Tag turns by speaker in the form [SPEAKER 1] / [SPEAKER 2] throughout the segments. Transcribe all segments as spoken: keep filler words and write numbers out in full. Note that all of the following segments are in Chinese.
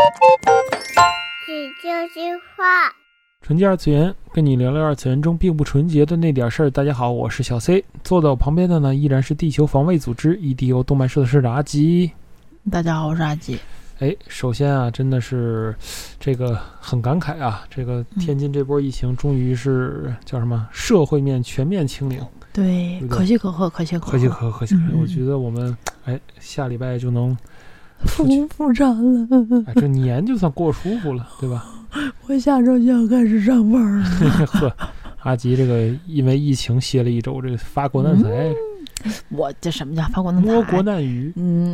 [SPEAKER 1] 这就是话。
[SPEAKER 2] 纯洁二次元，跟你聊聊二次元中并不纯洁的那点事儿。大家好，我是小 C， 坐在我旁边的呢依然是地球防卫组织 E D O 动漫社的社长阿吉。
[SPEAKER 3] 大家好，我是阿吉。
[SPEAKER 2] 哎，首先啊，真的是这个很感慨啊，这个天津这波疫情终于是、嗯、叫什么社会面全面清零。
[SPEAKER 3] 对，
[SPEAKER 2] 对对
[SPEAKER 3] 可喜可贺，可喜可贺，
[SPEAKER 2] 可喜可贺，可喜可贺。
[SPEAKER 3] 嗯、
[SPEAKER 2] 我觉得我们哎下礼拜就能
[SPEAKER 3] 复复产了，
[SPEAKER 2] 哎，这年就算过舒服了，对吧？
[SPEAKER 3] 我下周就要开始上班了。
[SPEAKER 2] 呵，阿吉这个因为疫情歇了一周，这个发国难财。
[SPEAKER 3] 嗯、我这什么叫发国难财？
[SPEAKER 2] 摸国难鱼。嗯，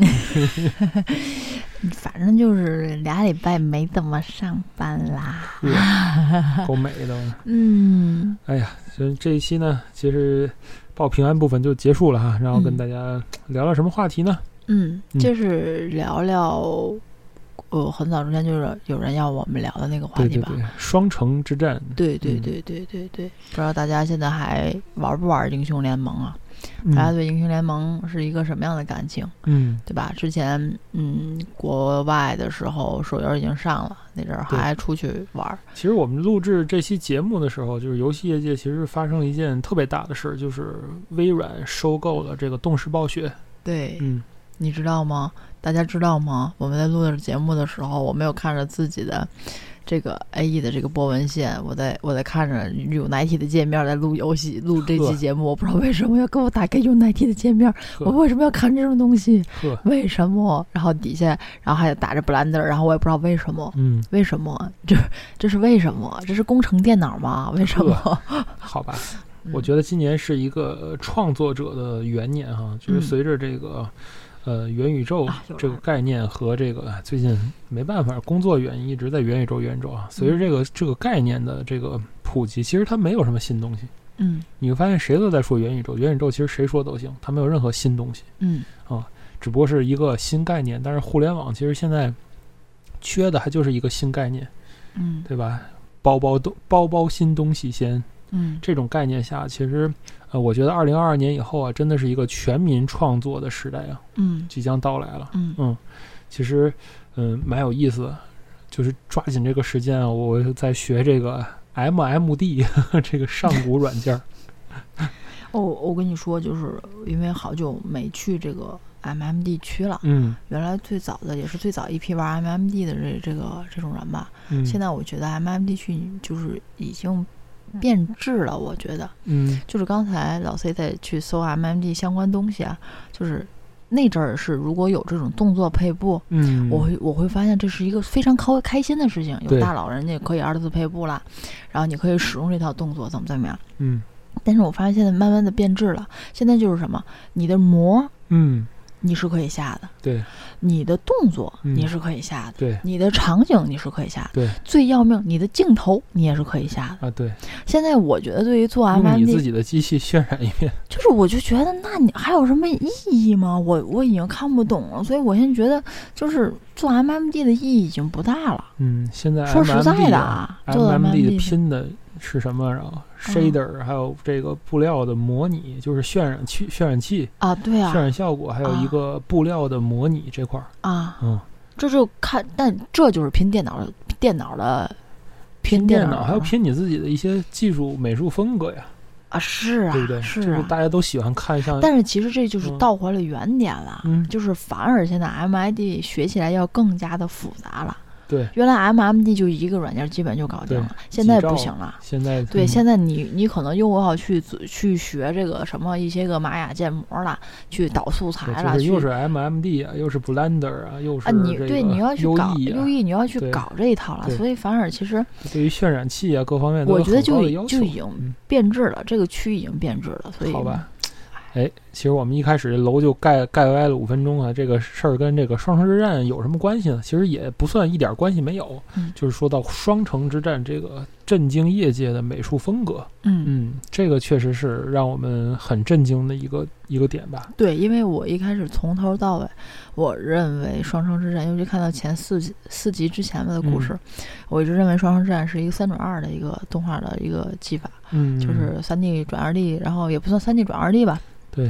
[SPEAKER 3] 反正就是俩礼拜没怎么上班啦。
[SPEAKER 2] 够美的。
[SPEAKER 3] 嗯，
[SPEAKER 2] 哎呀，所以这一期呢，其实报平安部分就结束了哈，然后跟大家聊聊什么话题呢？
[SPEAKER 3] 嗯，就是聊聊。呃，很早之前就是有人要我们聊的那个话题吧，
[SPEAKER 2] 对对对，双城之战。
[SPEAKER 3] 对对对对对对，不知道大家现在还玩不玩英雄联盟啊？
[SPEAKER 2] 嗯、
[SPEAKER 3] 大家对英雄联盟是一个什么样的感情？
[SPEAKER 2] 嗯，
[SPEAKER 3] 对吧？之前嗯，国外的时候手游已经上了，那阵儿还出去玩。
[SPEAKER 2] 其实我们录制这期节目的时候，就是游戏业界其实发生了一件特别大的事，就是微软收购了这个动视暴雪。
[SPEAKER 3] 对，
[SPEAKER 2] 嗯。
[SPEAKER 3] 你知道吗？大家知道吗？我们在录的节目的时候，我没有看着自己的这个 A E 的这个波纹线，我在我在看着 Unity 的界面在录游戏，录这期节目。我不知道为什么要给我打开 Unity 的界面，我为什么要看这种东西？为什么？然后底下，然后还打着 Blender， 然后我也不知道为什么。嗯，为什么？这这是为什么？这是工程电脑吗？为什么？
[SPEAKER 2] 好吧，我觉得今年是一个创作者的元年哈，就是随着这个。呃，元宇宙这个概念和这个最近没办法，工作原因一直在元宇宙元宇宙啊。随着这个这个概念的这个普及，其实它没有什么新东西。嗯，你会发现谁都在说元宇宙，元宇宙其实谁说都行，它没有任何新东西。嗯，啊，只不过是一个新概念。但是互联网其实现在缺的还就是一个新概念。嗯，对吧？包包东包包新东西先。嗯，这种概念下，其实，呃，我觉得二零二二年以后啊，真的是一个全民创作的时代啊，嗯，即将到来了，嗯嗯，其实，嗯，蛮有意思的，就是抓紧这个时间啊，我在学这个 M M D 这个上古软件。
[SPEAKER 3] 哦，我跟你说，就是因为好久没去这个 M M D 区了，嗯，原来最早的也是最早一批玩 M M D 的这这个这种人吧，嗯，现在我觉得 M M D 区就是已经。变质了，我觉得，嗯，就是刚才老 C 在去搜 M M D 相关东西啊，就是那阵儿是如果有这种动作配布，嗯，我会我会发现这是一个非常开开心的事情，有大佬人家可以二次配布啦，然后你可以使用这套动作怎么怎么样，嗯，但是我发现现在慢慢的变质了，现在就是什么，你的模，嗯。你是可以下的，对，你的动作你是可以下的，嗯、对，你的场景你是可以下的，对，最要命，你的镜头你也是可以下的啊，对。现在我觉得对于做 M M D，
[SPEAKER 2] 用你自己的机器渲染一遍，
[SPEAKER 3] 就是我就觉得那你还有什么意义吗？我我已经看不懂了，所以我现在觉得就是做 M M D 的意义已经不大了。
[SPEAKER 2] 嗯，现在 M M D
[SPEAKER 3] 说实在的啊，做
[SPEAKER 2] M M D 的拼的是什么？然后 shader、嗯、还有这个布料的模拟，就是渲染器、渲染器
[SPEAKER 3] 啊，对啊，
[SPEAKER 2] 渲染效果，还有一个布料的模拟这块
[SPEAKER 3] 啊，嗯，这就看，但这就是拼电脑，电脑的拼
[SPEAKER 2] 电
[SPEAKER 3] 脑，
[SPEAKER 2] 还要拼你自己的一些技术美术风格呀。
[SPEAKER 3] 啊，是啊，
[SPEAKER 2] 对不对？
[SPEAKER 3] 是啊，
[SPEAKER 2] 就是大家都喜欢看像，
[SPEAKER 3] 但是其实这就是倒回了原点了，嗯，就是反而现在 M M D 学起来要更加的复杂了。对，原来 M M D 就一个软件基本就搞定了，现在不行了。
[SPEAKER 2] 现在
[SPEAKER 3] 对，现在你你可能又要去去学这个什么一些个玛雅建模了，去导素材了，
[SPEAKER 2] 就是又是 M M D 啊，又是 Blender 啊，又是
[SPEAKER 3] 啊，你对你要去搞
[SPEAKER 2] U
[SPEAKER 3] E， 你要去搞这一套了，所以反而其实
[SPEAKER 2] 对于渲染器啊各方面都
[SPEAKER 3] 有很高的要求，我觉得就就已
[SPEAKER 2] 经
[SPEAKER 3] 变质了，这个区已经变质了，所以
[SPEAKER 2] 好吧。哎，其实我们一开始楼就盖盖歪了五分钟啊，这个事儿跟这个双城之战有什么关系呢？其实也不算一点关系没有，嗯，就是说到双城之战这个震惊业界的美术风格，嗯嗯，这个确实是让我们很震惊的一个一个点吧。
[SPEAKER 3] 对，因为我一开始从头到尾，我认为双城之战，尤其看到前四四集之前的故事，嗯、我一直认为双城之战是一个三转二的一个动画的一个技法，嗯，就是三 D 转二 D， 然后也不算三 D 转二 D 吧。
[SPEAKER 2] 对，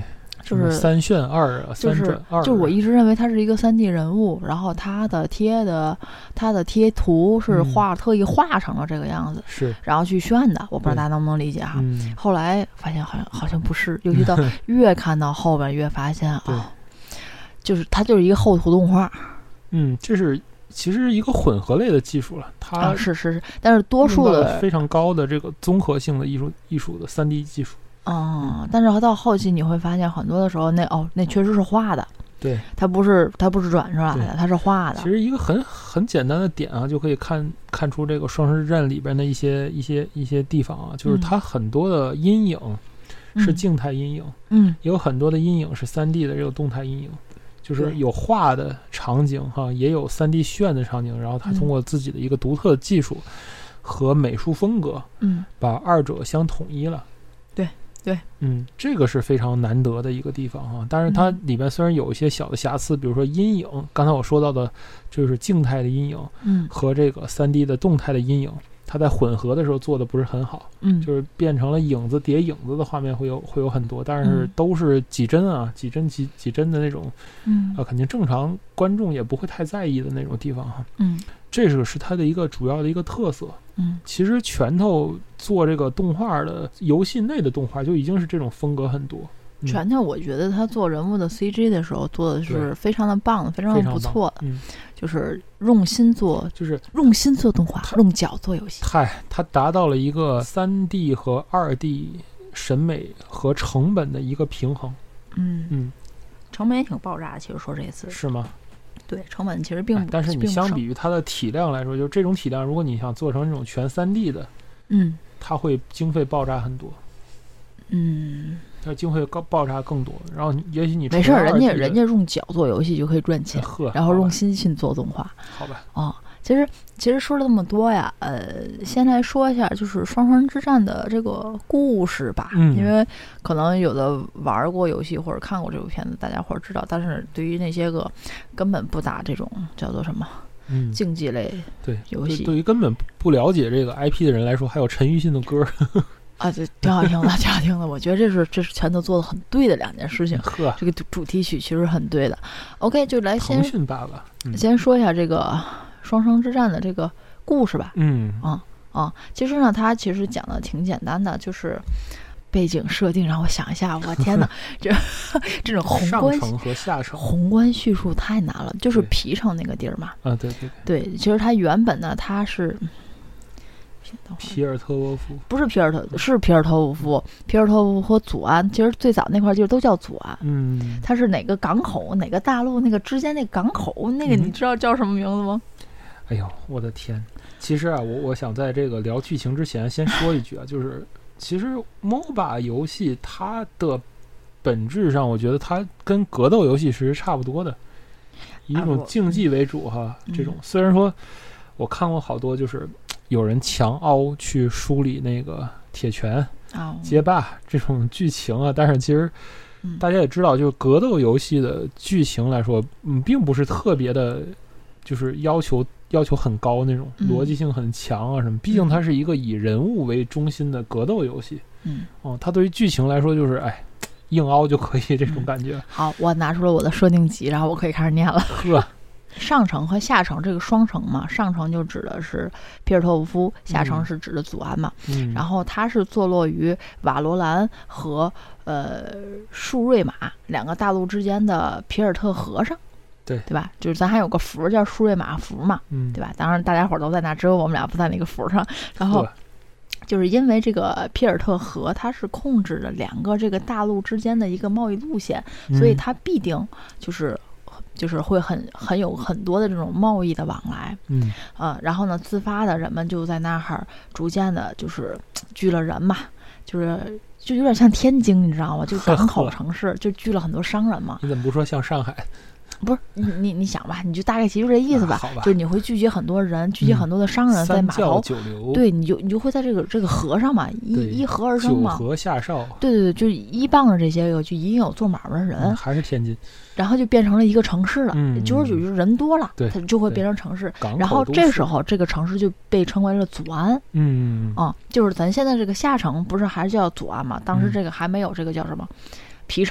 [SPEAKER 3] 就是
[SPEAKER 2] 三炫二啊，
[SPEAKER 3] 就是
[SPEAKER 2] 三转二，
[SPEAKER 3] 就是我一直认为他是一个三 D 人物，然后他的贴的他的贴图是画、嗯、特意画成了这个样子，
[SPEAKER 2] 是
[SPEAKER 3] 然后去炫的，我不知道大家能不能理解哈、嗯。后来发现好像好像不是，尤其到越看到后边越发现啊、哦，就是它就是一个厚涂动画。
[SPEAKER 2] 嗯，这是其实一个混合类的技术了，它、
[SPEAKER 3] 啊、是是是，但是多数的
[SPEAKER 2] 非常高的这个综合性的艺术艺术的三 D 技术。
[SPEAKER 3] 嗯，但是到后期你会发现，很多的时候那哦，那确实是画的，
[SPEAKER 2] 对，
[SPEAKER 3] 它不是它不是转出来的，它是画的。
[SPEAKER 2] 其实一个很很简单的点啊，就可以看看出这个《双生之战》里边的一些一些一些地方啊，就是它很多的阴影是静态阴影，
[SPEAKER 3] 嗯，
[SPEAKER 2] 也有很多的阴影是三 D 的这个动态阴影，就是有画的场景哈，也有三 D 炫的场景，然后它通过自己的一个独特的技术和美术风格，
[SPEAKER 3] 嗯，
[SPEAKER 2] 把二者相统一了。
[SPEAKER 3] 对。对，
[SPEAKER 2] 嗯，这个是非常难得的一个地方哈。但是它里边虽然有一些小的瑕疵，比如说阴影，刚才我说到的，就是静态的阴影，
[SPEAKER 3] 嗯，
[SPEAKER 2] 和这个三 D 的动态的阴影，它在混合的时候做的不是很好，
[SPEAKER 3] 嗯，
[SPEAKER 2] 就是变成了影子叠影子的画面会有会有很多，但是都是几帧啊，几帧几几帧的那种，
[SPEAKER 3] 嗯，
[SPEAKER 2] 啊，肯定正常观众也不会太在意的那种地方哈，
[SPEAKER 3] 嗯，
[SPEAKER 2] 这个是它的一个主要的一个特色。
[SPEAKER 3] 嗯，
[SPEAKER 2] 其实拳头做这个动画的游戏内的动画就已经是这种风格很多。
[SPEAKER 3] 嗯、拳头我觉得他做人物的 C G 的时候做的是非常的棒的，非常的不错的，
[SPEAKER 2] 嗯，
[SPEAKER 3] 就是用心做，
[SPEAKER 2] 就是
[SPEAKER 3] 用心做动画，用脚做游戏。
[SPEAKER 2] 嗨，他达到了一个三 D 和二 D 审美和成本的一个平衡。
[SPEAKER 3] 嗯
[SPEAKER 2] 嗯，
[SPEAKER 3] 成本也挺爆炸的，其实说这次
[SPEAKER 2] 是吗？
[SPEAKER 3] 对，成本其实并不，
[SPEAKER 2] 但是你相比于它的体量来说，就是这种体量，如果你想做成这种全三 D 的，
[SPEAKER 3] 嗯，
[SPEAKER 2] 它会经费爆炸很多，
[SPEAKER 3] 嗯，
[SPEAKER 2] 它经费高爆炸更多。然后也许你
[SPEAKER 3] 没事，人家人家用脚做游戏就可以赚钱，然后用心去做动画，
[SPEAKER 2] 好吧？
[SPEAKER 3] 哦，其实其实说了这么多呀，呃，先来说一下就是《双生之战》的这个故事吧，
[SPEAKER 2] 嗯，
[SPEAKER 3] 因为可能有的玩过游戏或者看过这部片子，大家或者知道，但是对于那些个根本不打这种叫做什么，
[SPEAKER 2] 嗯，
[SPEAKER 3] 竞技类
[SPEAKER 2] 对
[SPEAKER 3] 游戏，
[SPEAKER 2] 对于根本不了解这个 I P 的人来说，还有陈奕迅的歌
[SPEAKER 3] 啊，这挺好听的，挺好听的。我觉得这是这是拳头做的很对的两件事情。
[SPEAKER 2] 呵，
[SPEAKER 3] 这个主题曲其实很对的。OK， 就来先
[SPEAKER 2] 腾讯爸爸、
[SPEAKER 3] 嗯，先说一下这个双生之战的这个故事吧。
[SPEAKER 2] 嗯
[SPEAKER 3] 啊啊，其实呢，它其实讲的挺简单的，就是背景设定。让我想一下，我天哪，这这种宏观
[SPEAKER 2] 上城和下城
[SPEAKER 3] 宏观叙述太难了。就是皮城那个地儿嘛。
[SPEAKER 2] 啊，对对
[SPEAKER 3] 对。对，其实它原本呢，它是。
[SPEAKER 2] 皮尔特沃夫
[SPEAKER 3] 不是皮尔特，是皮尔特沃夫。皮尔特沃夫和祖安，其实最早那块地儿都叫祖安。
[SPEAKER 2] 嗯，
[SPEAKER 3] 它是哪个港口，哪个大陆那个之间那个港口，那个你知道叫什么名字吗？
[SPEAKER 2] 嗯、哎呦，我的天！其实啊，我我想在这个聊剧情之前，先说一句啊，就是其实 M O B A 游戏它的本质上，我觉得它跟格斗游戏是差不多的，以一种竞技为主哈。
[SPEAKER 3] 啊、
[SPEAKER 2] 这种虽然说我看过好多，就是有人强凹去梳理那个铁拳、
[SPEAKER 3] 哦、
[SPEAKER 2] 街霸这种剧情啊，但是其实大家也知道，就是格斗游戏的剧情来说，嗯，并不是特别的，就是要求要求很高那种，逻辑性很强啊什么。毕竟它是一个以人物为中心的格斗游戏，
[SPEAKER 3] 嗯，
[SPEAKER 2] 哦，它对于剧情来说就是哎，硬凹就可以这种感觉。
[SPEAKER 3] 嗯、好，我拿出了我的设定集，然后我可以开始念了。
[SPEAKER 2] 呵。
[SPEAKER 3] 上城和下城这个双城嘛，上城就指的是皮尔特沃夫，下城是指的祖安嘛。
[SPEAKER 2] 嗯，
[SPEAKER 3] 然后它是坐落于瓦罗兰和呃树瑞玛两个大陆之间的皮尔特河上。
[SPEAKER 2] 对
[SPEAKER 3] 对吧？就是咱还有个符叫树瑞玛符嘛，
[SPEAKER 2] 嗯，
[SPEAKER 3] 对吧？当然大家伙都在那，只有我们俩不在那个符上。然后就是因为这个皮尔特河，它是控制了两个这个大陆之间的一个贸易路线，
[SPEAKER 2] 嗯、
[SPEAKER 3] 所以它必定就是就是会很很有很多的这种贸易的往来。
[SPEAKER 2] 嗯，
[SPEAKER 3] 呃，然后呢，自发的人们就在那儿逐渐的，就是聚了人嘛，就是就有点像天津，你知道吗？就港口城市，就聚了很多商人嘛。
[SPEAKER 2] 你怎么不说像上海？
[SPEAKER 3] 不是你你你想吧，你就大概其实这意思吧，
[SPEAKER 2] 啊、吧
[SPEAKER 3] 就是你会聚集很多人，聚集很多的商人在码头，
[SPEAKER 2] 嗯、
[SPEAKER 3] 对，你就你就会在这个这个河上嘛，一一河而生嘛，
[SPEAKER 2] 九河下哨，
[SPEAKER 3] 对对对，就依傍着这些个就已经有做买卖的人、
[SPEAKER 2] 嗯，还是天津，
[SPEAKER 3] 然后就变成了一个城市了，
[SPEAKER 2] 嗯，
[SPEAKER 3] 久而久之人多了，
[SPEAKER 2] 对，
[SPEAKER 3] 它就会变成城市，然后这时候这个城市就被称为了祖安，
[SPEAKER 2] 嗯
[SPEAKER 3] 啊、嗯，就是咱现在这个下城不是还是叫祖安嘛？当时这个还没有这个叫什么皮城。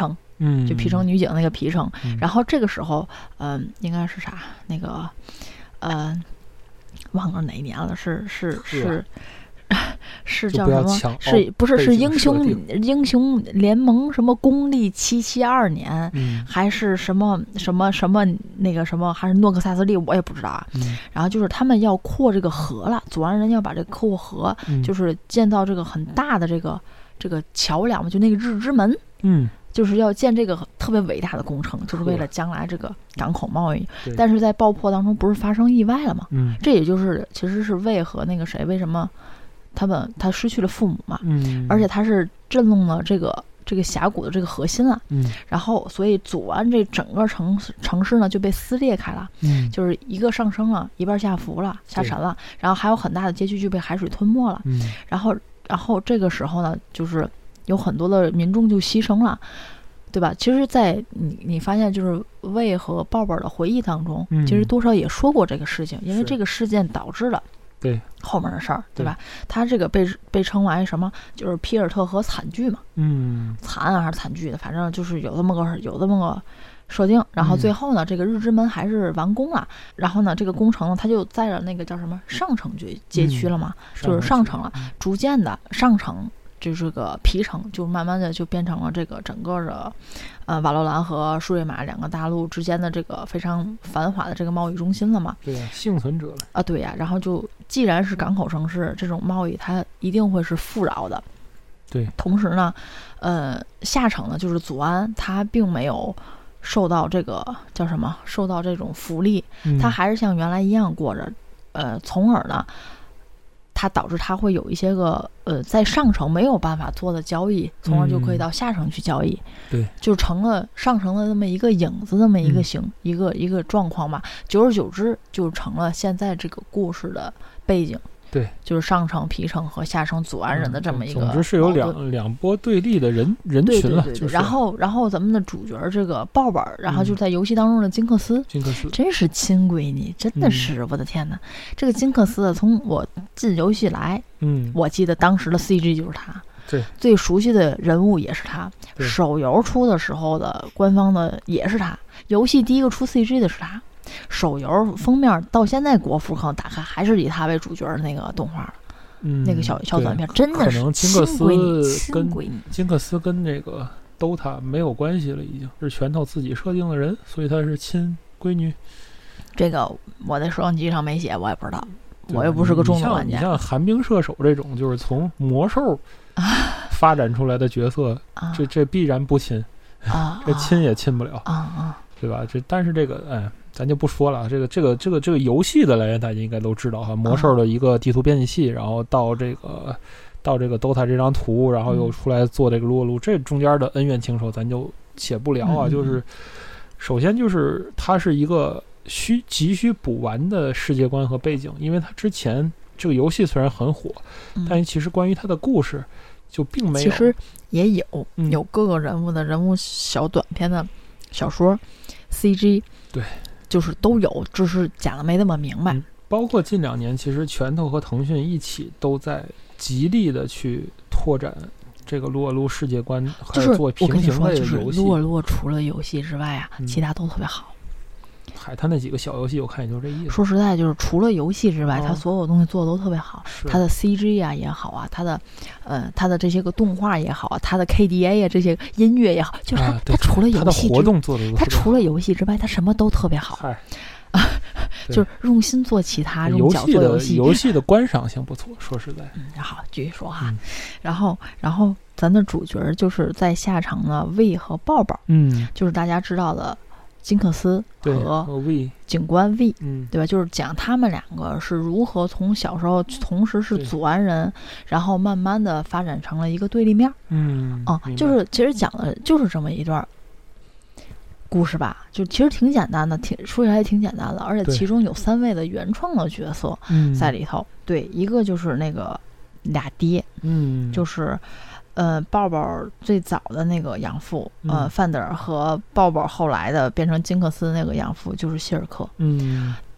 [SPEAKER 2] 嗯，
[SPEAKER 3] 就皮城女警那个皮城。嗯、然后这个时候，嗯、呃，应该是啥？那个，呃，忘了哪一年了，是是是。是叫什么？是不是是英雄英雄联盟什么公历七七二年，
[SPEAKER 2] 嗯、
[SPEAKER 3] 还是什么什么什么那个什么，还是诺克萨斯利，我也不知道啊。
[SPEAKER 2] 嗯、
[SPEAKER 3] 然后就是他们要扩这个河了，祖安人要把这个扩河，
[SPEAKER 2] 嗯、
[SPEAKER 3] 就是建造这个很大的这个这个桥梁嘛，就那个日之门。
[SPEAKER 2] 嗯。
[SPEAKER 3] 就是要建这个特别伟大的工程，就是为了将来这个港口贸易。但是在爆破当中不是发生意外了吗？
[SPEAKER 2] 嗯，
[SPEAKER 3] 这也就是其实是为和那个谁为什么他们他失去了父母嘛。
[SPEAKER 2] 嗯，
[SPEAKER 3] 而且他是震动了这个这个峡谷的这个核心了。
[SPEAKER 2] 嗯，
[SPEAKER 3] 然后所以祖安这整个城城市呢就被撕裂开了。
[SPEAKER 2] 嗯，
[SPEAKER 3] 就是一个上升了，一半下浮了，下沉了，然后还有很大的街区就被海水吞没了。
[SPEAKER 2] 嗯，
[SPEAKER 3] 然后然后这个时候呢，就是有很多的民众就牺牲了，对吧？其实在你你发现就是魏和鲍勃的回忆当中、
[SPEAKER 2] 嗯、
[SPEAKER 3] 其实多少也说过这个事情，因为这个事件导致了
[SPEAKER 2] 对
[SPEAKER 3] 后面的事儿，
[SPEAKER 2] 对,
[SPEAKER 3] 对吧？他这个被被称为什么？就是皮尔特河惨剧嘛。
[SPEAKER 2] 嗯，
[SPEAKER 3] 惨啊还是惨剧的，反正就是有这么个有这么个设定。然后最后呢、嗯、这个日之门还是完工了，然后呢这个工程呢它就在了那个叫什么上城街街区了嘛、嗯、就是上城了、嗯、逐渐的上城就是这个皮城就慢慢的就变成了这个整个的呃瓦洛兰和舒瑞玛两个大陆之间的这个非常繁华的这个贸易中心了嘛。
[SPEAKER 2] 对呀、啊，幸存者了
[SPEAKER 3] 啊，对呀、啊，然后就既然是港口城市，这种贸易它一定会是富饶的。
[SPEAKER 2] 对，
[SPEAKER 3] 同时呢呃下城呢就是祖安他并没有受到这个叫什么受到这种福利、嗯、他还是像原来一样过着呃从而呢它导致它会有一些个呃在上城没有办法做的交易，从而就可以到下城去交易、
[SPEAKER 2] 嗯、对，
[SPEAKER 3] 就成了上城的那么一个影子，那么一个形、嗯、一个一个状况嘛。久而久之就成了现在这个故事的背景。
[SPEAKER 2] 对，
[SPEAKER 3] 就是上城皮城和下城祖安人的这么一个、嗯、
[SPEAKER 2] 总之是有两两波对立的人人群了。
[SPEAKER 3] 对对对对、
[SPEAKER 2] 就是、
[SPEAKER 3] 然后然后咱们的主角这个鲍勃，然后就在游戏当中的金克斯、
[SPEAKER 2] 嗯、金克斯
[SPEAKER 3] 真是亲闺女，真的是、嗯、我的天哪，这个金克斯从我进游戏来
[SPEAKER 2] 嗯，
[SPEAKER 3] 我记得当时的 C G 就是他，
[SPEAKER 2] 对，
[SPEAKER 3] 最熟悉的人物也是他，手游出的时候的官方的也是他，游戏第一个出 C G 的是他，手游封面到现在国服可能打开还是以他为主角的那个动画，
[SPEAKER 2] 嗯，
[SPEAKER 3] 那个小小短片真的是
[SPEAKER 2] 可能金克斯跟
[SPEAKER 3] 闺女
[SPEAKER 2] 金克斯跟这个 D O T A 没有关系了，已经是拳头自己设定的人，所以他是亲闺女。
[SPEAKER 3] 这个我在摄像机上没写，我也不知道，我又不是个重度玩家。
[SPEAKER 2] 你像寒冰射手这种，就是从魔兽发展出来的角色，
[SPEAKER 3] 啊、
[SPEAKER 2] 这这必然不亲
[SPEAKER 3] 啊，
[SPEAKER 2] 这亲也亲不了
[SPEAKER 3] 啊啊，
[SPEAKER 2] 对吧？这但是这个哎。咱就不说了，这个这个这个这个游戏的来源大家应该都知道哈，魔兽的一个地图编辑器，然后到这个到这个 D O T A 这张图，然后又出来做这个撸啊撸，这中间的恩怨情仇咱就且不聊啊。就是首先就是它是一个需急需补完的世界观和背景，因为它之前这个游戏虽然很火，但其实关于它的故事就并没有，
[SPEAKER 3] 其实也有
[SPEAKER 2] 嗯、
[SPEAKER 3] 有各个人物的人物小短片的小说 C G，
[SPEAKER 2] 对。
[SPEAKER 3] 就是都有，只是讲的没那么明白、
[SPEAKER 2] 嗯、包括近两年其实拳头和腾讯一起都在极力的去拓展这个撸啊撸世界观，还
[SPEAKER 3] 是
[SPEAKER 2] 做平行类的游戏。
[SPEAKER 3] 就是撸啊撸除了游戏之外啊、嗯、其他都特别好。
[SPEAKER 2] 海滩那几个小游戏我看也就这意思。
[SPEAKER 3] 说实在就是除了游戏之外、哦、它所有东西做的都特别好，它的 C G 啊也好啊，它的呃它的这些个动画也好啊，它的 K D A 啊这些音乐也好，就是它、啊、它除了游戏
[SPEAKER 2] 之活动做的
[SPEAKER 3] 它除了游戏之外它什么都特别好。就是用心做其他，用脚做游戏。
[SPEAKER 2] 游戏的观赏性不错，说实在。
[SPEAKER 3] 嗯，好，继续说哈。
[SPEAKER 2] 嗯、
[SPEAKER 3] 然后，然后咱的主角就是在下场呢，魏和抱抱，
[SPEAKER 2] 嗯，
[SPEAKER 3] 就是大家知道的金克斯和警官 V，
[SPEAKER 2] 嗯，
[SPEAKER 3] 对吧？就是讲他们两个是如何从小时候同时是祖安人，然后慢慢的发展成了一个对立面。
[SPEAKER 2] 嗯，
[SPEAKER 3] 啊、嗯，就是其实讲的就是这么一段故事吧，就其实挺简单的，挺说起来也挺简单的，而且其中有三位的原创的角色在里头。对，一个就是那个俩爹，
[SPEAKER 2] 嗯，
[SPEAKER 3] 就是呃抱抱最早的那个养父，
[SPEAKER 2] 嗯、
[SPEAKER 3] 呃范德尔和抱抱后来的变成金克斯那个养父就是希尔克。
[SPEAKER 2] 嗯，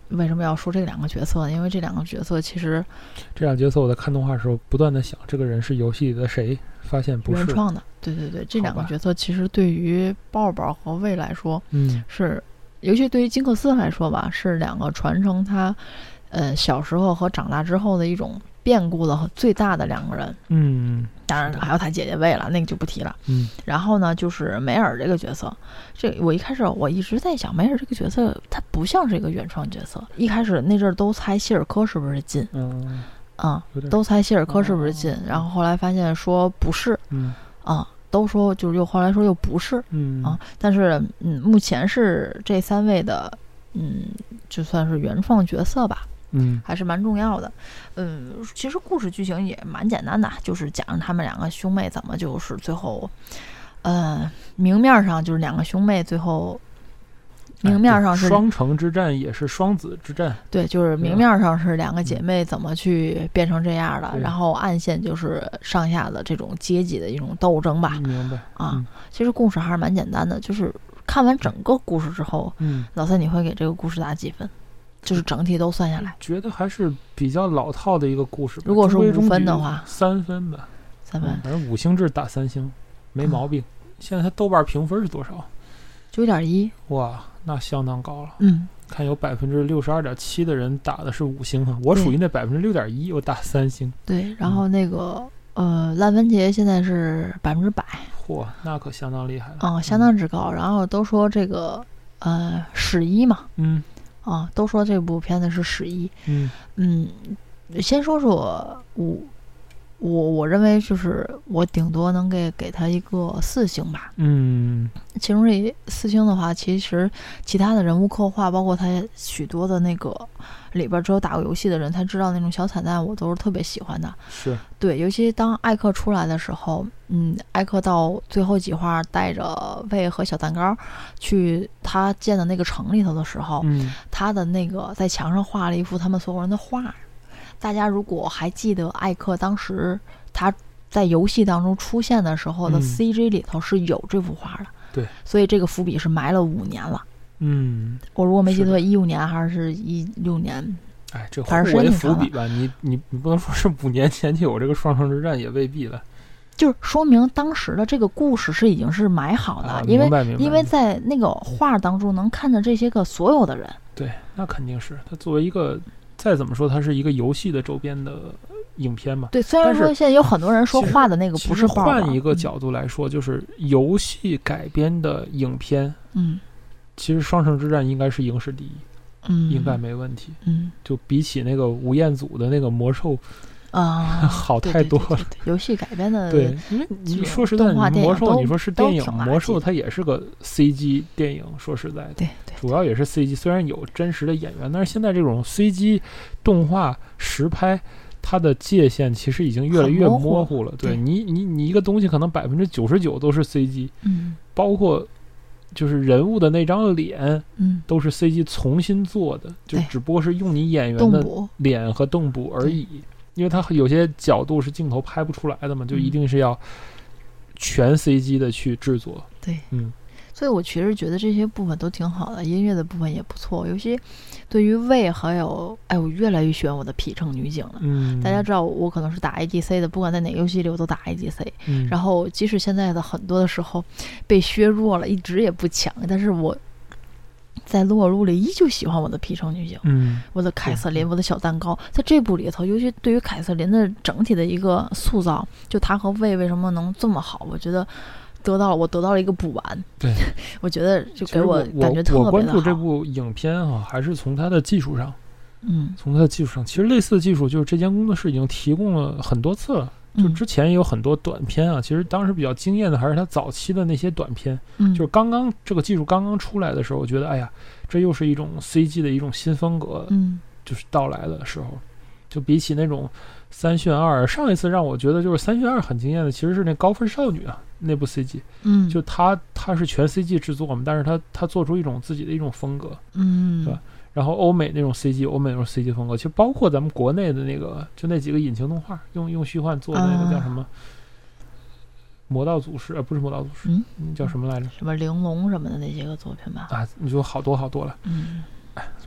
[SPEAKER 3] 为什么要说这两个角色呢？因为这两个角色其实，
[SPEAKER 2] 这两个角色我在看动画的时候不断的想，这个人是游戏里的谁？发现不是
[SPEAKER 3] 原创的。对对对，这两个角色其实对于抱抱和魏来说，
[SPEAKER 2] 嗯，
[SPEAKER 3] 是，尤其对于金克斯来说吧，是两个传承他，呃，小时候和长大之后的一种变故的最大的两个人。
[SPEAKER 2] 嗯，
[SPEAKER 3] 当然还有他姐姐魏了，那个就不提了。
[SPEAKER 2] 嗯，
[SPEAKER 3] 然后呢，就是梅尔这个角色，这我一开始我一直在想，梅尔这个角色他不像是一个原创角色。一开始那阵儿都猜希尔科是不是金，
[SPEAKER 2] 嗯，
[SPEAKER 3] 啊、嗯，都猜希尔科是不是金，哦、然后后来发现说不是，
[SPEAKER 2] 嗯，
[SPEAKER 3] 啊、嗯，都说就是又后来说又不是，
[SPEAKER 2] 嗯
[SPEAKER 3] 啊，但是嗯，目前是这三位的，嗯，就算是原创角色吧。
[SPEAKER 2] 嗯，
[SPEAKER 3] 还是蛮重要的。嗯，其实故事剧情也蛮简单的，就是讲他们两个兄妹怎么就是最后，呃，明面上就是两个兄妹最后，明面上是、
[SPEAKER 2] 哎、双城之战，也是双子之战。
[SPEAKER 3] 对，就是明面上是两个姐妹怎么去变成这样的，
[SPEAKER 2] 嗯、
[SPEAKER 3] 然后暗线就是上下的这种阶级的一种斗争吧。
[SPEAKER 2] 明白
[SPEAKER 3] 啊、
[SPEAKER 2] 嗯，
[SPEAKER 3] 其实故事还是蛮简单的，就是看完整个故事之后，
[SPEAKER 2] 嗯，
[SPEAKER 3] 老三你会给这个故事打几分？就是整体都算下来，
[SPEAKER 2] 觉得还是比较老套的一个故事。
[SPEAKER 3] 如果是五分的话，
[SPEAKER 2] 三分吧，
[SPEAKER 3] 三分。
[SPEAKER 2] 反正五星制打三星，没毛病。嗯、现在它豆瓣评分是多少？
[SPEAKER 3] 九点一。
[SPEAKER 2] 哇，那相当高了。
[SPEAKER 3] 嗯，
[SPEAKER 2] 看有百分之六十二点七的人打的是五星哈，我属于那百分之六点一，我打三星。
[SPEAKER 3] 对，然后那个、嗯、呃，烂番茄现在是百分之百。
[SPEAKER 2] 嚯，那可相当厉害了。
[SPEAKER 3] 嗯，相当之高。然后都说这个呃史一嘛，
[SPEAKER 2] 嗯。
[SPEAKER 3] 啊，都说这部片子是史一。
[SPEAKER 2] 嗯
[SPEAKER 3] 嗯，先说说我我我认为就是我顶多能给给他一个四星吧。
[SPEAKER 2] 嗯，
[SPEAKER 3] 其中这四星的话，其实其他的人物刻画，包括他许多的那个里边只有打过游戏的人才知道那种小彩蛋，我都是特别喜欢的。
[SPEAKER 2] 是
[SPEAKER 3] 对，尤其当艾克出来的时候，嗯，艾克到最后几话带着魏和小蛋糕去他建的那个城里头的时候，
[SPEAKER 2] 嗯，
[SPEAKER 3] 他的那个在墙上画了一幅他们所有人的画。大家如果还记得艾克当时他在游戏当中出现的时候的 C G 里头是有这幅画的，
[SPEAKER 2] 嗯、对，
[SPEAKER 3] 所以这个伏笔是埋了五年了。
[SPEAKER 2] 嗯，
[SPEAKER 3] 我如果没记错，一五年还是一六年？
[SPEAKER 2] 哎，这
[SPEAKER 3] 反正是
[SPEAKER 2] 伏笔吧，你你你不能说是五年前就有这个双城之战，也未必了。
[SPEAKER 3] 就是说明当时的这个故事是已经是埋好的，
[SPEAKER 2] 啊、
[SPEAKER 3] 因为
[SPEAKER 2] 明白
[SPEAKER 3] 因为在那个画当中能看着这些个所有的人。
[SPEAKER 2] 对，那肯定是他作为一个再怎么说，它是一个游戏的周边的影片嘛。
[SPEAKER 3] 对，虽然说现在有很多人说画的那个不是画。
[SPEAKER 2] 换一个角度来说，嗯、就是游戏改编的影片，
[SPEAKER 3] 嗯，
[SPEAKER 2] 其实《双城之战》应该是影史第一。
[SPEAKER 3] 嗯，
[SPEAKER 2] 应该没问题。
[SPEAKER 3] 嗯，
[SPEAKER 2] 就比起那个吴彦祖的那个魔兽
[SPEAKER 3] 啊，
[SPEAKER 2] 好太多了。
[SPEAKER 3] 对对对对游戏改编的，
[SPEAKER 2] 对，因为你说实在，魔兽你说是电影，魔兽它也是个 C G 电影。说实在的，
[SPEAKER 3] 对对，
[SPEAKER 2] 主要也是 C G， 虽然有真实的演员，但是现在这种 C G 动画实拍，它的界限其实已经越来越模糊了。对你，你你一个东西可能百分之九十九都是 C G，
[SPEAKER 3] 嗯，
[SPEAKER 2] 包括。就是人物的那张脸，
[SPEAKER 3] 嗯，
[SPEAKER 2] 都是 C G 重新做的，就只不过是用你演员的脸和动捕而已，因为它有些角度是镜头拍不出来的嘛，就一定是要全 C G 的去制作。
[SPEAKER 3] 对，
[SPEAKER 2] 嗯，
[SPEAKER 3] 所以我其实觉得这些部分都挺好的，音乐的部分也不错，尤其对于魏还有，哎，我越来越喜欢我的痞称女警了。
[SPEAKER 2] 嗯，
[SPEAKER 3] 大家知道我可能是打 A G C 的，不管在哪个游戏里我都打 A G C。
[SPEAKER 2] 嗯，
[SPEAKER 3] 然后即使现在的很多的时候被削弱了，一直也不强，但是我在撸啊撸里依旧喜欢我的痞称女警。
[SPEAKER 2] 嗯，
[SPEAKER 3] 我的凯瑟琳，我的小蛋糕，在这部里头，尤其对于凯瑟琳的整体的一个塑造，就她和魏为什么能这么好，我觉得。得到了，我得到了一个补完。
[SPEAKER 2] 对，
[SPEAKER 3] 我觉得就给我感觉特别的好。
[SPEAKER 2] 我关注这部影片啊，还是从它的技术上，
[SPEAKER 3] 嗯，
[SPEAKER 2] 从它的技术上，其实类似的技术就是这间工作室已经提供了很多次了。就之前也有很多短片啊，嗯、其实当时比较惊艳的还是它早期的那些短片。
[SPEAKER 3] 嗯，
[SPEAKER 2] 就是刚刚这个技术刚刚出来的时候，我觉得哎呀，这又是一种 C G 的一种新风格，
[SPEAKER 3] 嗯，
[SPEAKER 2] 就是到来的时候，就比起那种三炫二，上一次让我觉得就是三炫二很惊艳的，其实是那高分少女啊。那部 C G，
[SPEAKER 3] 嗯，
[SPEAKER 2] 就他他是全 C G 制作嘛，但是他他做出一种自己的一种风格，
[SPEAKER 3] 嗯，
[SPEAKER 2] 对吧？然后欧美那种 C G， 欧美那种 C G 风格，其实包括咱们国内的那个，就那几个引擎动画，用用虚幻做的那个叫什么？啊、魔道祖师，呃，不是魔道祖师，
[SPEAKER 3] 嗯，
[SPEAKER 2] 叫什么来着？
[SPEAKER 3] 什么玲珑什么的那些个作品吧？
[SPEAKER 2] 啊，你就好多好多了，
[SPEAKER 3] 嗯，
[SPEAKER 2] 哎，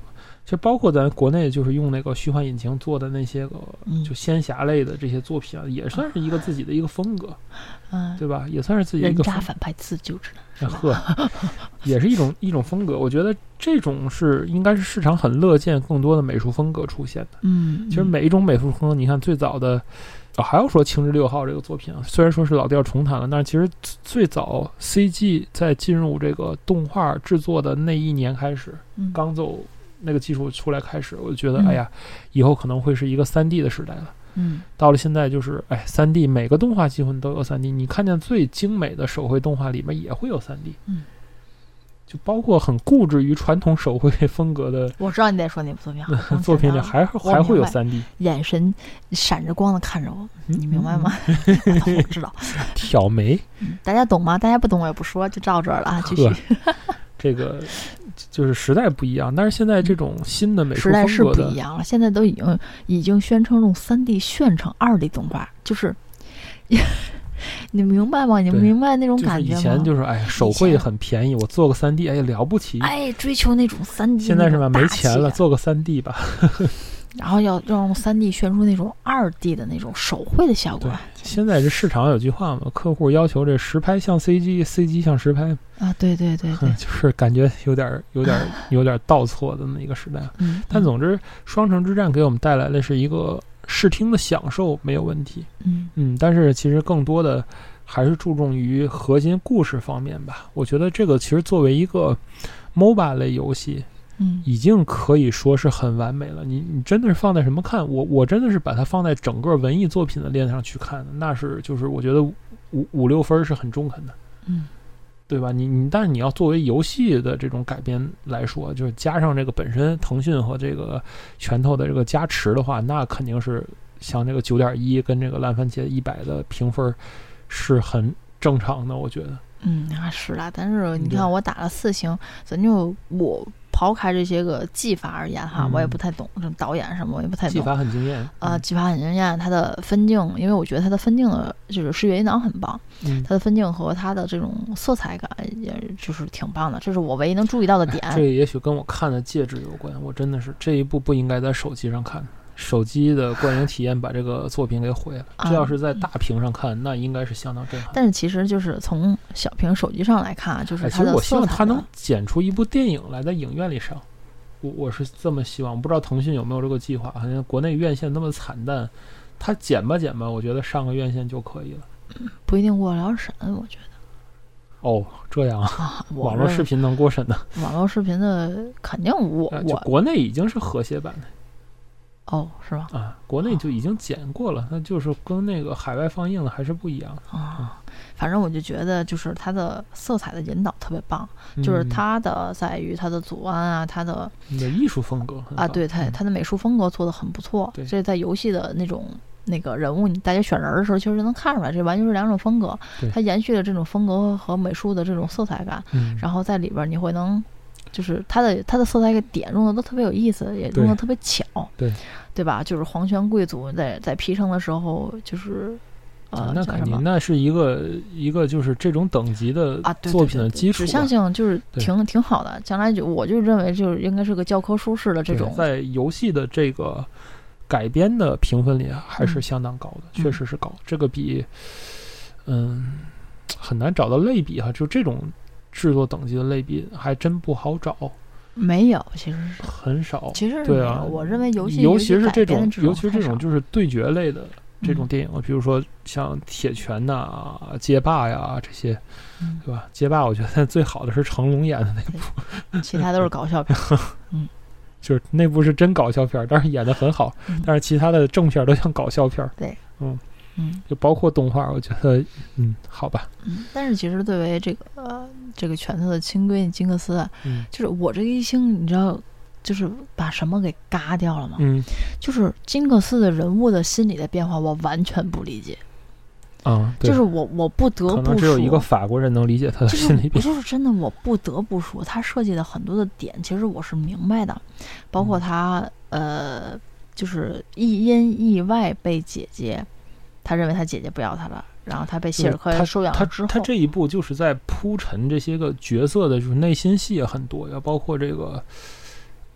[SPEAKER 2] 其实包括咱国内就是用那个虚幻引擎做的那些个就仙侠类的这些作品啊，嗯、也算是一个自己的一个风格，嗯，对吧？也算是自己的一个
[SPEAKER 3] 人渣反派自救指南，
[SPEAKER 2] 呵，也是一种一种风格。我觉得这种是应该是市场很乐见更多的美术风格出现的。
[SPEAKER 3] 嗯，
[SPEAKER 2] 其实每一种美术风格，你看最早的。哦、还要说《青之六号》这个作品啊，虽然说是老调重弹了，但是其实最早 C G 在进入这个动画制作的那一年开始，
[SPEAKER 3] 嗯、
[SPEAKER 2] 刚走那个技术出来开始，我就觉得、嗯、哎呀，以后可能会是一个 三 D 的时代了。
[SPEAKER 3] 嗯，
[SPEAKER 2] 到了现在就是哎 ，三 D 每个动画几乎都有 三 D， 你看见最精美的手绘动画里面也会有 三 D。
[SPEAKER 3] 嗯。
[SPEAKER 2] 就包括很固执于传统手绘风格的，
[SPEAKER 3] 我知道你在说哪部作品，
[SPEAKER 2] 作品里还还会有 三 D，
[SPEAKER 3] 眼神闪着光的看着我，
[SPEAKER 2] 嗯、
[SPEAKER 3] 你明白吗？
[SPEAKER 2] 嗯、
[SPEAKER 3] 我知道，
[SPEAKER 2] 挑眉、
[SPEAKER 3] 嗯，大家懂吗？大家不懂我也不说，就到这儿了啊，继续。
[SPEAKER 2] 这个就是时代不一样，但是现在这种新的美术
[SPEAKER 3] 风格的时代是
[SPEAKER 2] 不
[SPEAKER 3] 一样了，现在都已经已经宣称用 三 D 炫成 二 D 动画，就是。你明白吗？你明白那种感觉吗？
[SPEAKER 2] 就是、以前就是哎，手绘很便宜，我做个 三 D， 哎了不起，
[SPEAKER 3] 哎，追求那种 三 D。
[SPEAKER 2] 现在是吧？没钱了，做个 三 D 吧。
[SPEAKER 3] 然后要要用 三 D 炫出那种 二 D 的那种手绘的效果。
[SPEAKER 2] 对，现在这市场有句话嘛，客户要求这实拍像 C G，C G 像实拍
[SPEAKER 3] 啊，对对对对，
[SPEAKER 2] 就是感觉有点有点有点倒错的那么一个时代。
[SPEAKER 3] 嗯，
[SPEAKER 2] 但总之，双城之战给我们带来的是一个。视听的享受没有问题，
[SPEAKER 3] 嗯
[SPEAKER 2] 嗯，但是其实更多的还是注重于核心故事方面吧。我觉得这个其实作为一个 M O B A 类游戏，
[SPEAKER 3] 嗯，
[SPEAKER 2] 已经可以说是很完美了。你你真的是放在什么看？我我真的是把它放在整个文艺作品的链上去看的，那是就是我觉得五五六分是很中肯的，
[SPEAKER 3] 嗯。
[SPEAKER 2] 对吧？你你，但是你要作为游戏的这种改编来说，就是加上这个本身腾讯和这个拳头的这个加持的话，那肯定是像这个九点一跟这个烂番茄一百的评分是很正常的，我觉得。
[SPEAKER 3] 嗯，那是啦。但是你看，我打了四星，咱就我抛开这些个技法而言哈，
[SPEAKER 2] 嗯、
[SPEAKER 3] 我也不太懂这导演什么，我也不太懂。
[SPEAKER 2] 技法很惊艳
[SPEAKER 3] 啊、呃，技法很惊艳。它的分镜，因为我觉得它的分镜的就是视觉引导很棒，
[SPEAKER 2] 嗯，
[SPEAKER 3] 它的分镜和它的这种色彩感，也就是挺棒的。这是我唯一能注意到的点。
[SPEAKER 2] 这也许跟我看的介质有关。我真的是这一部不应该在手机上看。手机的观影体验把这个作品给毁了。这要是在大屏上看，嗯、那应该是相当震撼。
[SPEAKER 3] 但是其实就是从小屏手机上来看，就是它的色彩、哎、其实
[SPEAKER 2] 我希望它能剪出一部电影来，在影院里上。我我是这么希望，我不知道腾讯有没有这个计划。好像国内院线那么惨淡，它剪吧剪吧，我觉得上个院线就可以了。
[SPEAKER 3] 嗯、不一定过得了审，我觉得。
[SPEAKER 2] 哦，这样
[SPEAKER 3] 啊，
[SPEAKER 2] 网络视频能过审的？
[SPEAKER 3] 网络视频的肯定我、
[SPEAKER 2] 呃、我国内已经是和谐版的。
[SPEAKER 3] 哦，是吧？
[SPEAKER 2] 啊，国内就已经剪过了，那、哦、就是跟那个海外放映的还是不一样的
[SPEAKER 3] 啊、嗯。反正我就觉得，就是它的色彩的引导特别棒，
[SPEAKER 2] 嗯、
[SPEAKER 3] 就是它的在于它的组安啊，它的
[SPEAKER 2] 你的艺术风格
[SPEAKER 3] 啊，对它它的美术风格做得很不错。
[SPEAKER 2] 对、嗯，
[SPEAKER 3] 这在游戏的那种那个人物，你大家选人的时候，其实能看出来，这完全是两种风格。它延续了这种风格和美术的这种色彩感，
[SPEAKER 2] 嗯、
[SPEAKER 3] 然后在里边你会能。就是它的它的色彩点用的都特别有意思，也用的特别巧，
[SPEAKER 2] 对
[SPEAKER 3] 对吧？就是皇权贵族在在 P 城的时候，就是呃，
[SPEAKER 2] 那肯定那是一个一个就是这种等级的作品的基础，
[SPEAKER 3] 指向性就是挺挺好的。将来就我就认为就是应该是个教科书式的这种，
[SPEAKER 2] 在游戏的这个改编的评分里还是相当高的，
[SPEAKER 3] 嗯、
[SPEAKER 2] 确实是高。这个比嗯很难找到类比哈，就这种。制作等级的类比还真不好找，
[SPEAKER 3] 没有，其实是
[SPEAKER 2] 很少。
[SPEAKER 3] 其实
[SPEAKER 2] 对啊，
[SPEAKER 3] 我认为游戏，
[SPEAKER 2] 尤其是这
[SPEAKER 3] 种，
[SPEAKER 2] 尤其是这种就是对决类的这种电影，
[SPEAKER 3] 嗯、
[SPEAKER 2] 比如说像铁拳呐、啊、街霸呀这些，
[SPEAKER 3] 嗯、
[SPEAKER 2] 对吧？街霸我觉得最好的是成龙演的那部，
[SPEAKER 3] 其他都是搞笑片。嗯，
[SPEAKER 2] 就是那部是真搞笑片，但是演得很好，
[SPEAKER 3] 嗯、
[SPEAKER 2] 但是其他的正片都像搞笑片。
[SPEAKER 3] 对，
[SPEAKER 2] 嗯。
[SPEAKER 3] 嗯，
[SPEAKER 2] 就包括动画，我觉得，嗯，好吧。
[SPEAKER 3] 嗯，但是其实对于这个、呃、这个拳头的亲闺女金克斯啊，
[SPEAKER 2] 嗯，
[SPEAKER 3] 就是我这个一星，你知道，就是把什么给嘎掉了吗？
[SPEAKER 2] 嗯，
[SPEAKER 3] 就是金克斯的人物的心理的变化，我完全不理解。
[SPEAKER 2] 啊、嗯，
[SPEAKER 3] 就是我我不得不说，
[SPEAKER 2] 可能只有一个法国人能理解他的心理变化。
[SPEAKER 3] 就是就是真的，我不得不说，他设计的很多的点，其实我是明白的，包括他、嗯、呃，就是意因意外被姐姐。他认为他姐姐不要他了，然后他被谢尔克收养了之后，
[SPEAKER 2] 他他这一步就是在铺陈这些个角色的，就是内心戏也很多，要包括这个，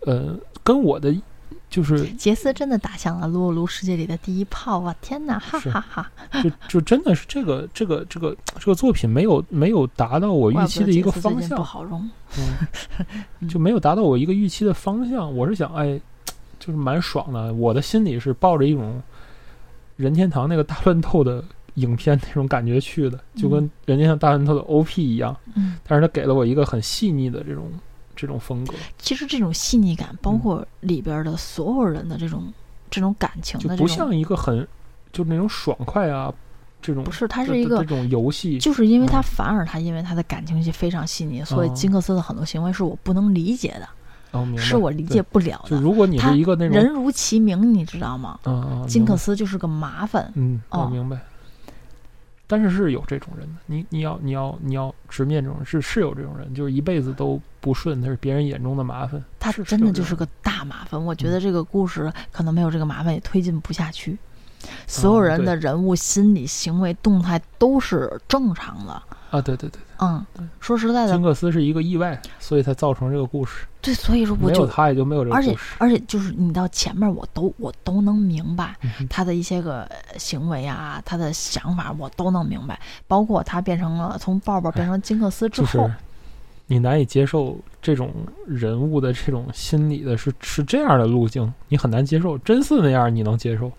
[SPEAKER 2] 呃，跟我的就是
[SPEAKER 3] 杰斯真的打响了撸啊撸世界里的第一炮啊！天哪，哈哈哈！
[SPEAKER 2] 就就真的是这个这个这个这个作品没有没有达到我预期的一个方向，
[SPEAKER 3] 不好用，
[SPEAKER 2] 嗯，就没有达到我一个预期的方向。我是想，哎，就是蛮爽的。我的心里是抱着一种任天堂那个大乱斗的影片那种感觉去的，就跟任天堂大乱斗的 O P 一样。
[SPEAKER 3] 嗯，
[SPEAKER 2] 但是它给了我一个很细腻的这种这种风格。
[SPEAKER 3] 其实这种细腻感，包括里边的所有人的这种、嗯、这种感情的这种，
[SPEAKER 2] 就不像一个很就那种爽快啊，这种
[SPEAKER 3] 不是，它是一个
[SPEAKER 2] 这种游戏，
[SPEAKER 3] 就是因为它、嗯、反而它因为它的感情戏非常细腻，所以金克斯的很多行为是我不能理解的。
[SPEAKER 2] 哦，
[SPEAKER 3] 是我理解不了的。
[SPEAKER 2] 就如果你是一个那种
[SPEAKER 3] 人如其名，你知道吗？
[SPEAKER 2] 嗯，
[SPEAKER 3] 金克斯就是个麻烦。
[SPEAKER 2] 嗯，我明白。但是是有这种人的，你你要你要你要直面这种是是有这种人，就是一辈子都不顺，他是别人眼中的麻烦。
[SPEAKER 3] 他真的就是个大麻烦。我觉得这个故事可能没有这个麻烦也推进不下去。嗯、所有人的人物心理、行为、动态都是正常的。
[SPEAKER 2] 啊，对对对对，
[SPEAKER 3] 嗯，说实在的，
[SPEAKER 2] 金克斯是一个意外，所以才造成这个故事。
[SPEAKER 3] 对，所以说我就
[SPEAKER 2] 没有他也就没有这个故事。
[SPEAKER 3] 而且而且就是你到前面我都我都能明白他的一些个行为啊，他的想法我都能明白，包括他变成了从鲍勃变成金克斯之后，
[SPEAKER 2] 就是你难以接受这种人物的这种心理的是是这样的路径，你很难接受。真嗣那样你能接受？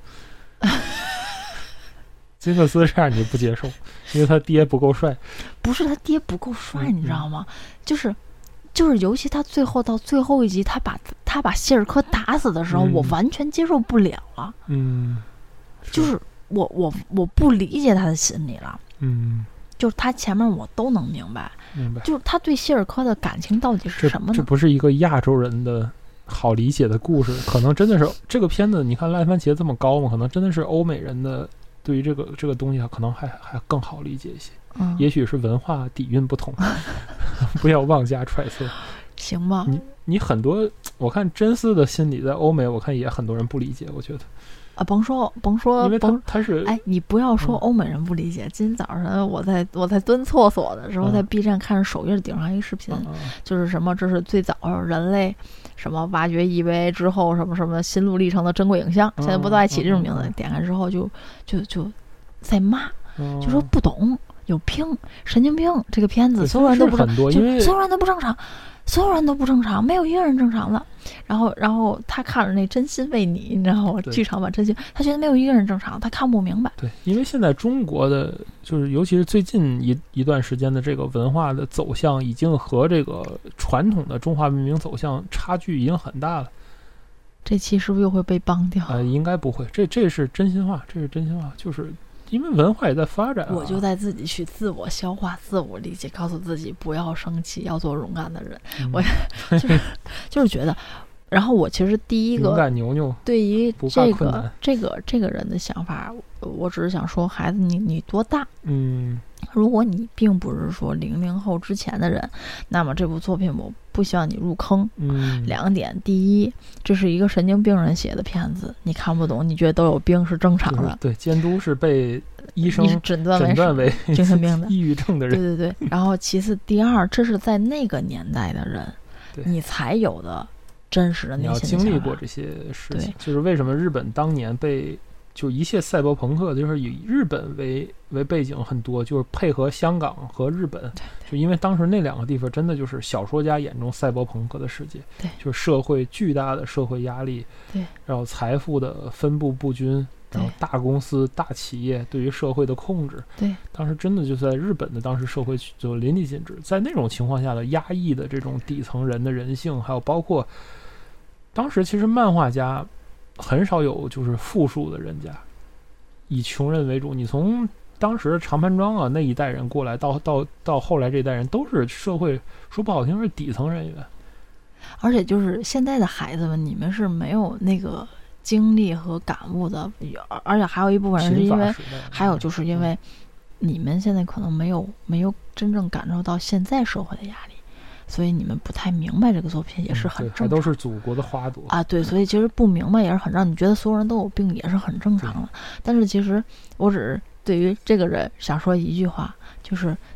[SPEAKER 2] 金克斯这样你不接受，因为他爹不够帅。
[SPEAKER 3] 不是他爹不够帅，你知道吗？嗯、就是就是，尤其他最后到最后一集，他把他把谢尔科打死的时候，嗯、我完全接受不了了。
[SPEAKER 2] 嗯，
[SPEAKER 3] 是就是我我我不理解他的心理了。
[SPEAKER 2] 嗯，
[SPEAKER 3] 就是他前面我都能明白，
[SPEAKER 2] 明白，
[SPEAKER 3] 就是他对谢尔科的感情到底是什么呢？
[SPEAKER 2] 这, 这不是一个亚洲人的好理解的故事，可能真的是这个片子，你看烂番茄这么高嘛，可能真的是欧美人的。对于这个这个东西可能还还更好理解一些，
[SPEAKER 3] 嗯，
[SPEAKER 2] 也许是文化底蕴不同，不要妄加揣测。
[SPEAKER 3] 行吧，
[SPEAKER 2] 你你很多，我看真嗣的心理在欧美，我看也很多人不理解，我觉得。
[SPEAKER 3] 啊，甭说甭说，
[SPEAKER 2] 因为他他是
[SPEAKER 3] 哎，你不要说欧美人不理解。嗯、今天早上我在我在蹲厕所的时候，嗯、在 B 站看首页顶上一个视频，
[SPEAKER 2] 嗯、
[SPEAKER 3] 就是什么这是最早人类什么挖掘 E V A 之后什么什么心路历程的珍贵影像，
[SPEAKER 2] 嗯、
[SPEAKER 3] 现在不都爱起这种名字？嗯、点开之后就就就在骂，
[SPEAKER 2] 嗯、
[SPEAKER 3] 就说不懂，有病，神经病。这个片子所有人都不正，就所有人都不正常。所有人都不正常，没有一个人正常的。然后，然后他看着那真心为你，你知道吗？剧场版真心，他觉得没有一个人正常，他看不明白。
[SPEAKER 2] 对，因为现在中国的，就是尤其是最近一一段时间的这个文化的走向，已经和这个传统的中华文明走向差距已经很大了。
[SPEAKER 3] 这期是不是又会被帮掉？
[SPEAKER 2] 呃，应该不会，这这是真心话，这是真心话，就是。因为文化也在发展、啊，
[SPEAKER 3] 我就在自己去自我消化、自我理解，告诉自己不要生气，要做勇敢的人。嗯、我就是就是觉得，然后我其实第一个
[SPEAKER 2] 勇敢牛牛
[SPEAKER 3] 对于这个这个这个人的想法，我只是想说，孩子你你多大？
[SPEAKER 2] 嗯，
[SPEAKER 3] 如果你并不是说零零后之前的人，那么这部作品我不希望你入坑。
[SPEAKER 2] 嗯，
[SPEAKER 3] 两点，第一，这是一个神经病人写的片子，你看不懂，你觉得都有病是正常的。
[SPEAKER 2] 就是、对，监督是被医生
[SPEAKER 3] 诊断为
[SPEAKER 2] 诊断为
[SPEAKER 3] 精神病的
[SPEAKER 2] 抑郁症的人。
[SPEAKER 3] 对对对。然后其次，第二，这是在那个年代的人，你才有的真实的内心的想法。
[SPEAKER 2] 你要经历过这些事情，就是为什么日本当年被。就一切赛博朋克就是以日本为为背景很多，就是配合香港和日本，就因为当时那两个地方真的就是小说家眼中赛博朋克的世界，
[SPEAKER 3] 对，
[SPEAKER 2] 就是社会巨大的社会压力，
[SPEAKER 3] 对，
[SPEAKER 2] 然后财富的分布不均，然后大公司大企业对于社会的控制，
[SPEAKER 3] 对，
[SPEAKER 2] 当时真的就在日本的当时社会就淋漓尽致，在那种情况下的压抑的这种底层人的人性，还有包括当时其实漫画家很少有就是富庶的人家，以穷人为主。你从当时长潘庄啊那一代人过来，到到到后来这一代人都是社会说不好听是底层人员。
[SPEAKER 3] 而且就是现在的孩子们，你们是没有那个经历和感悟的，而且还有一部分人是因为，还有就是因为你们现在可能没有没有真正感受到现在社会的压力。所以你们不太明白这个作品也是很正常，
[SPEAKER 2] 还都是祖国的花朵
[SPEAKER 3] 啊，对，所以其实不明白也是很让你觉得所有人都有病也是很正常的。但是其实我只是对于这个人想说一句话，就是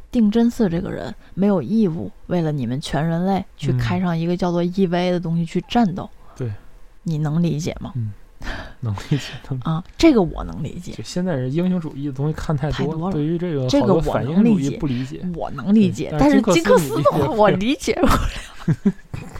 [SPEAKER 3] 定真寺这个人没有义务为了你们全人类去开上一个叫做 E V 的东西去战斗。
[SPEAKER 2] 对，
[SPEAKER 3] 你能理解吗？
[SPEAKER 2] 嗯，能理解。
[SPEAKER 3] 啊，这个我能理解。
[SPEAKER 2] 就现在人英雄主义的东西看太多，
[SPEAKER 3] 太多了。
[SPEAKER 2] 对于这个
[SPEAKER 3] 这个我
[SPEAKER 2] 反英主义不理解，
[SPEAKER 3] 我能理解，
[SPEAKER 2] 但
[SPEAKER 3] 是金克斯的话我理解不了，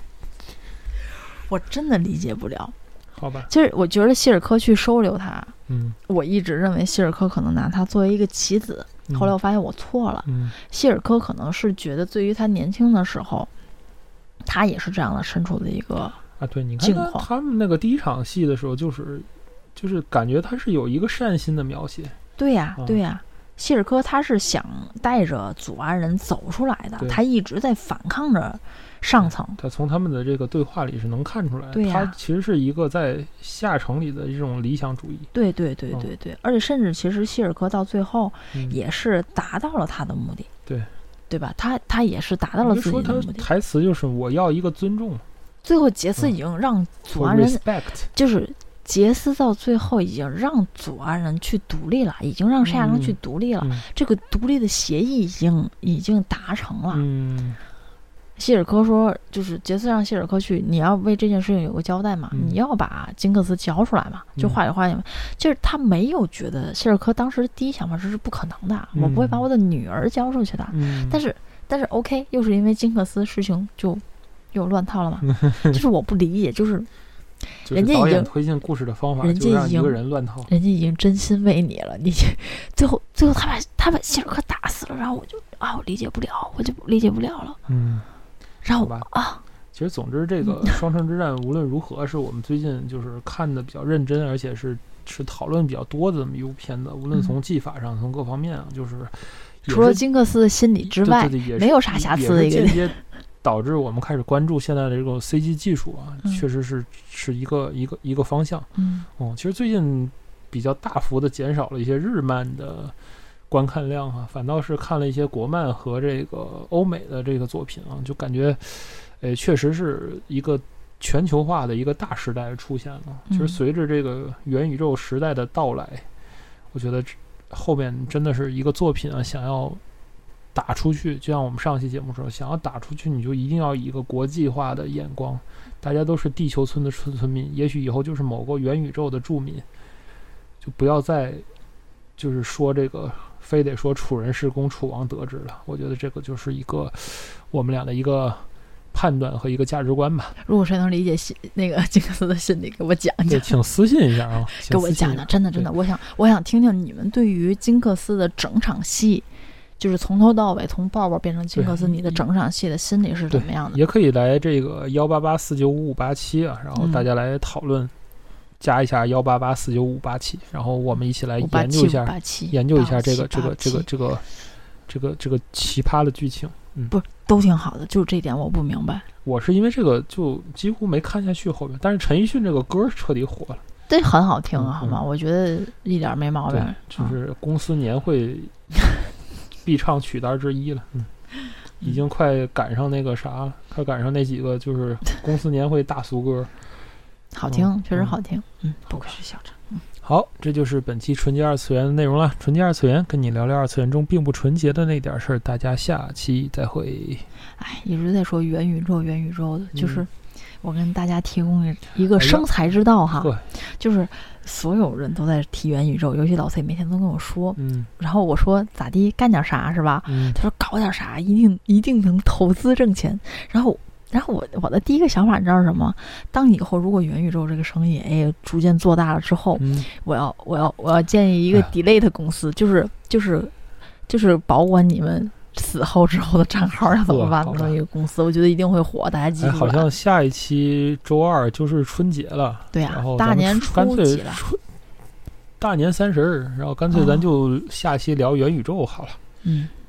[SPEAKER 3] 我真的理解不了。
[SPEAKER 2] 好吧，
[SPEAKER 3] 就是我觉得希尔科去收留他，
[SPEAKER 2] 嗯，
[SPEAKER 3] 我一直认为希尔科可能拿他作为一个棋子，
[SPEAKER 2] 嗯、
[SPEAKER 3] 后来我发现我错了。
[SPEAKER 2] 嗯，
[SPEAKER 3] 希尔科可能是觉得，对于他年轻的时候，他也是这样的身处的一个
[SPEAKER 2] 啊，对，你看他他们那个第一场戏的时候，就是就是感觉他是有一个善心的描写。
[SPEAKER 3] 对呀、啊，对呀、啊。希尔科他是想带着祖安人走出来的，他一直在反抗着上层。
[SPEAKER 2] 他从他们的这个对话里是能看出来，
[SPEAKER 3] 对、啊、
[SPEAKER 2] 他其实是一个在下层里的这种理想主义。
[SPEAKER 3] 对对对对对、嗯，而且甚至其实希尔科到最后也是达到了他的目的，
[SPEAKER 2] 嗯、对
[SPEAKER 3] 对吧？他他也是达到了自己的目的。
[SPEAKER 2] 台词就是我要一个尊重。
[SPEAKER 3] 最后杰斯已经让祖安人、
[SPEAKER 2] 嗯、
[SPEAKER 3] 就是。杰斯到最后已经让祖安人去独立了，已经让沙亚人去独立了、
[SPEAKER 2] 嗯嗯、
[SPEAKER 3] 这个独立的协议已经已经达成了。
[SPEAKER 2] 嗯，
[SPEAKER 3] 希尔科说，就是杰斯让希尔科去，你要为这件事情有个交代嘛、
[SPEAKER 2] 嗯、
[SPEAKER 3] 你要把金克斯交出来嘛，就话里话里嘛、嗯、就是他没有觉得希尔科当时第一想法这是不可能的、嗯、我不会把我的女儿交出去的、
[SPEAKER 2] 嗯、
[SPEAKER 3] 但是但是 OK 又是因为金克斯事情就又乱套了嘛就是我不理解，就是人家已经
[SPEAKER 2] 推进故事的方法，人家已经一个人乱套，
[SPEAKER 3] 人家已经真心为你了，你最后最后他把他把希尔科打死了，然后我就啊，我理解不了，我就理解不了了。
[SPEAKER 2] 嗯，
[SPEAKER 3] 然后啊，
[SPEAKER 2] 其实总之这个双城之战无论如何是我们最近就是看的比较认真，而且是是讨论比较多的这么一部片子，无论从技法上、嗯、从各方面啊，就是
[SPEAKER 3] 除了金克斯的心理之外，
[SPEAKER 2] 对对对
[SPEAKER 3] 没有啥瑕疵的一个
[SPEAKER 2] 人。导致我们开始关注现在的这种 C G 技术啊，嗯、确实是是一个一个一个方向。
[SPEAKER 3] 嗯，
[SPEAKER 2] 哦，其实最近比较大幅的减少了一些日漫的观看量啊，反倒是看了一些国漫和这个欧美的这个作品啊，就感觉，诶，确实是一个全球化的一个大时代出现了。
[SPEAKER 3] 嗯、
[SPEAKER 2] 就是随着这个元宇宙时代的到来，我觉得后面真的是一个作品啊，想要打出去，就像我们上期节目说，想要打出去，你就一定要以一个国际化的眼光，大家都是地球村的村村民，也许以后就是某个元宇宙的住民，就不要再就是说这个非得说楚人是公楚王得之了。我觉得这个就是一个我们俩的一个判断和一个价值观吧。
[SPEAKER 3] 如果谁能理解那个金克斯的心理，给我讲讲，
[SPEAKER 2] 请私信一下啊，
[SPEAKER 3] 给我讲讲，真的真的，我想我想听听你们对于金克斯的整场戏。就是从头到尾，从抱抱变成金克斯，你的整场戏的心理是怎么样的？
[SPEAKER 2] 也可以来这个幺八八四九五五八七啊，然后大家来讨论，嗯、加一下幺八八四九五八七，然后我们一起来研究一下，研究一下这个这个这个这个这个这个奇葩的剧情。嗯，
[SPEAKER 3] 不是都挺好的，就是这点我不明白。
[SPEAKER 2] 我是因为这个就几乎没看下去后面，但是陈奕迅这个歌彻底火了，
[SPEAKER 3] 这很好听啊，
[SPEAKER 2] 嗯、
[SPEAKER 3] 好吗？我觉得一点没毛病。
[SPEAKER 2] 就是公司年会。必唱曲单之一了，嗯，已经快赶上那个啥了，快赶上那几个就是公司年会大俗歌，
[SPEAKER 3] 好听，嗯、确实好听，嗯，不愧是小陈，嗯，
[SPEAKER 2] 好，这就是本期纯洁二次元的内容了。纯洁二次元跟你聊聊二次元中并不纯洁的那点事儿，大家下期再会。
[SPEAKER 3] 哎，一直在说元宇宙，元宇宙的，嗯、就是我跟大家提供一个生财之道哈，
[SPEAKER 2] 哎、
[SPEAKER 3] 就是所有人都在提元宇宙，尤其老 C 每天都跟我说，
[SPEAKER 2] 嗯，
[SPEAKER 3] 然后我说咋地，干点啥是吧？
[SPEAKER 2] 嗯，
[SPEAKER 3] 他说搞点啥，一定一定能投资挣钱。然后，然后我我的第一个想法你知道是什么？当以后如果元宇宙这个生意哎逐渐做大了之后，
[SPEAKER 2] 嗯，
[SPEAKER 3] 我要我要我要建立一个 delete 公司，哎、就是就是就是保管你们死后之后的账号要怎么办的一个公司，我觉得一定会火，大家记住、哎。
[SPEAKER 2] 好像下一期周二就是春节了，
[SPEAKER 3] 对呀、啊，
[SPEAKER 2] 然后
[SPEAKER 3] 大年初几了，
[SPEAKER 2] 大年三十，然后干脆咱就下期聊元宇宙好了。
[SPEAKER 3] 嗯。